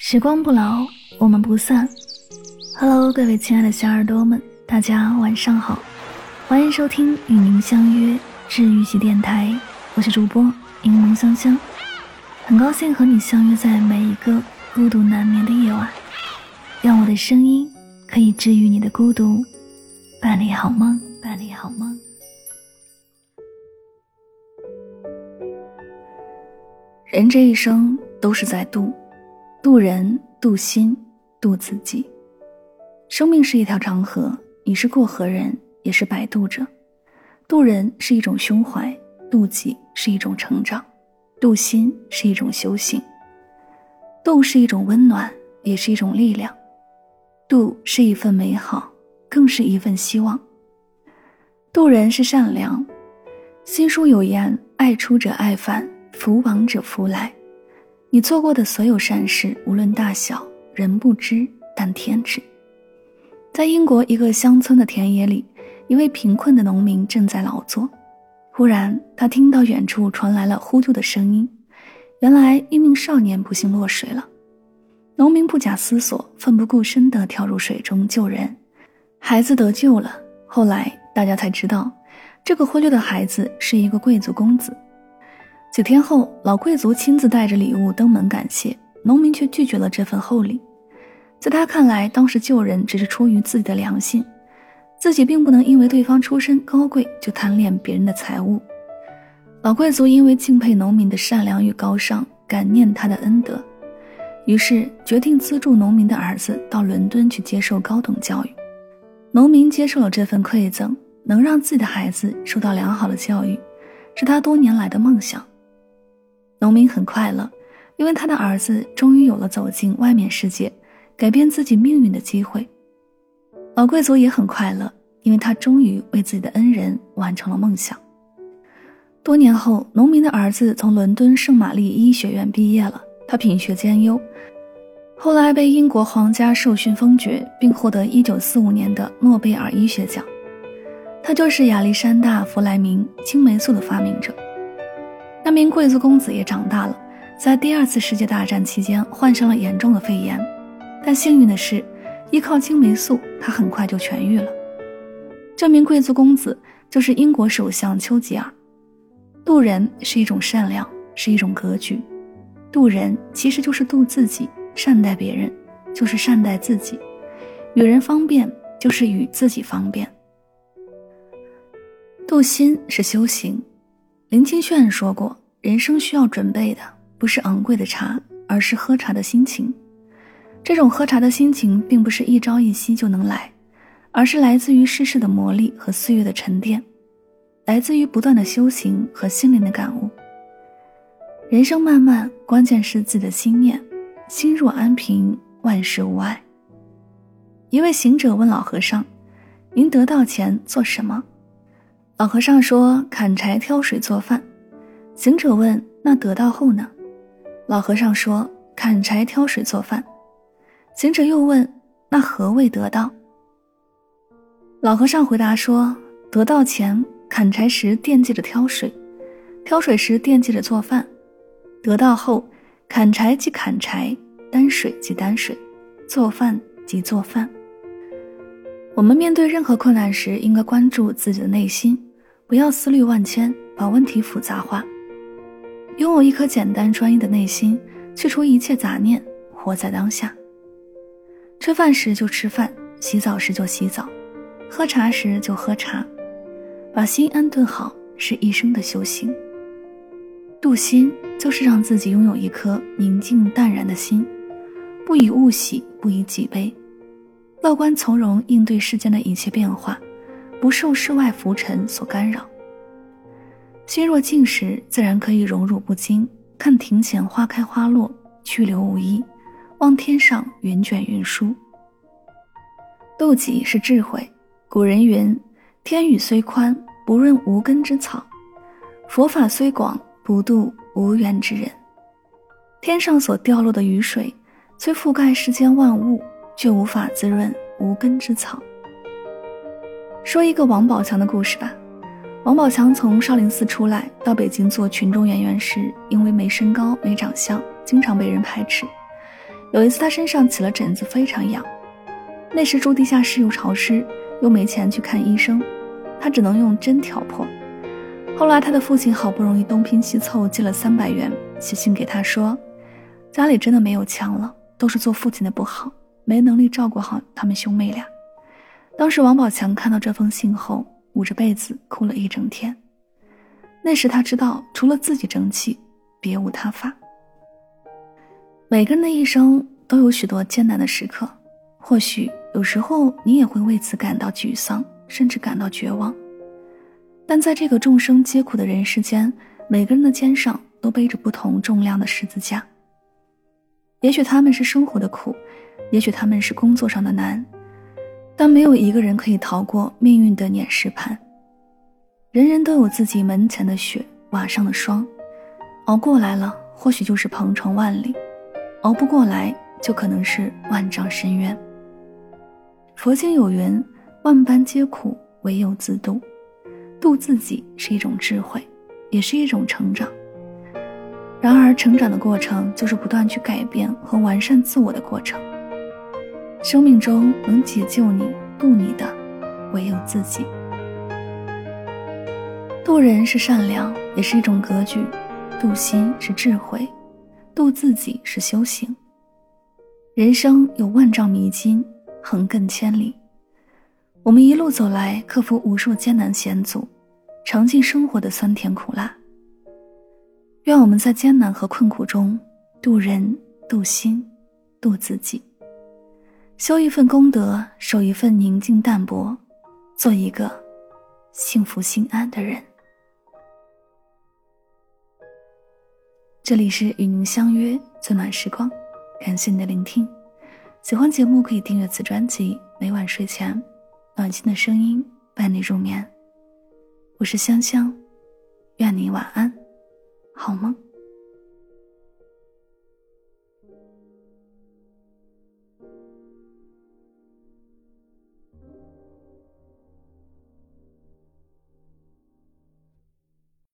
时光不老，我们不散。Hello， 各位亲爱的小耳朵们，大家晚上好，欢迎收听与您相约治愈系电台，我是主播柠檬香香，很高兴和你相约在每一个孤独难眠的夜晚，让我的声音可以治愈你的孤独，伴你好梦，伴你好梦。人这一生都是在渡人、渡心、渡自己。生命是一条长河，你是过河人，也是摆渡者。渡人是一种胸怀，渡己是一种成长，渡心是一种修行。渡是一种温暖，也是一种力量。渡是一份美好，更是一份希望。渡人是善良。新书有言，爱出者爱返，福往者福来。你做过的所有善事，无论大小，人不知，但天知。在英国一个乡村的田野里，一位贫困的农民正在劳作。忽然他听到远处传来了呼救的声音，原来一名少年不幸落水了。农民不假思索，奋不顾身地跳入水中救人，孩子得救了。后来大家才知道，这个获救的孩子是一个贵族公子。几天后，老贵族亲自带着礼物登门感谢，农民却拒绝了这份厚礼。在他看来，当时救人只是出于自己的良心，自己并不能因为对方出身高贵就贪恋别人的财物。老贵族因为敬佩农民的善良与高尚，感念他的恩德，于是决定资助农民的儿子到伦敦去接受高等教育。农民接受了这份馈赠，能让自己的孩子受到良好的教育，是他多年来的梦想。农民很快乐，因为他的儿子终于有了走进外面世界，改变自己命运的机会。老贵族也很快乐，因为他终于为自己的恩人完成了梦想。多年后，农民的儿子从伦敦圣玛丽医学院毕业了，他品学兼优，后来被英国皇家授勋封爵，并获得1945年的诺贝尔医学奖。他就是亚历山大·弗莱明，青霉素的发明者。那名贵族公子也长大了，在第二次世界大战期间患上了严重的肺炎，但幸运的是，依靠青霉素，他很快就痊愈了。这名贵族公子就是英国首相丘吉尔。渡人是一种善良，是一种格局。渡人其实就是渡自己，善待别人就是善待自己，与人方便就是与自己方便。渡心是修行。林清炫说过，人生需要准备的不是昂贵的茶，而是喝茶的心情。这种喝茶的心情并不是一朝一夕就能来，而是来自于世事的磨砺和岁月的沉淀，来自于不断的修行和心灵的感悟。人生漫漫，关键是自己的心念，心若安平，万事无碍。一位行者问老和尚，您得到钱做什么？老和尚说，砍柴挑水做饭。行者问，那得到后呢？老和尚说，砍柴挑水做饭。行者又问，那何谓得到？老和尚回答说，得到前，砍柴时惦记着挑水，挑水时惦记着做饭，得到后，砍柴即砍柴，担水即担水，做饭即做饭。我们面对任何困难时，应该关注自己的内心，不要思虑万千，把问题复杂化。拥有一颗简单专一的内心，去除一切杂念，活在当下。吃饭时就吃饭，洗澡时就洗澡，喝茶时就喝茶，把心安顿好，是一生的修行。渡心就是让自己拥有一颗宁静淡然的心，不以物喜，不以己悲，乐观从容应对世间的一切变化，不受世外浮尘所干扰。心若静时，自然可以荣辱不惊，看庭前花开花落，去留无依，望天上云卷云舒。渡己是智慧。古人云，天宇虽宽，不润无根之草；佛法虽广，不渡无缘之人。天上所掉落的雨水，虽覆盖世间万物，却无法滋润无根之草。说一个王宝强的故事吧。王宝强从少林寺出来到北京做群众演员时，因为没身高没长相，经常被人排斥， 有一次他身上起了疹子，非常痒。那时住地下室又潮湿，又没钱去看医生，他只能用针挑破。后来他的父亲好不容易东拼西凑借了300元，写信给他说，家里真的没有枪了，都是做父亲的不好，没能力照顾好他们兄妹俩。当时王宝强看到这封信后，捂着被子哭了一整天。那时他知道，除了自己争气，别无他法。每个人的一生都有许多艰难的时刻，或许有时候你也会为此感到沮丧，甚至感到绝望。但在这个众生皆苦的人世间，每个人的肩上都背着不同重量的十字架。也许他们是生活的苦，也许他们是工作上的难，但没有一个人可以逃过命运的碾石盘。人人都有自己门前的雪，瓦上的霜，熬过来了，或许就是鹏程万里，熬不过来，就可能是万丈深渊。佛经有云，万般皆苦，唯有自度。度自己是一种智慧，也是一种成长。然而成长的过程就是不断去改变和完善自我的过程。生命中能解救你、度你的，唯有自己。度人是善良，也是一种格局；度心是智慧，度自己是修行。人生有万丈迷津，横亘千里。我们一路走来，克服无数艰难险阻，尝尽生活的酸甜苦辣。愿我们在艰难和困苦中度人、度心、度自己，修一份功德，守一份宁静淡泊，做一个幸福心安的人。这里是与您相约最暖时光，感谢你的聆听。喜欢节目可以订阅此专辑，每晚睡前暖心的声音伴你入眠。我是香香，愿你晚安，好梦。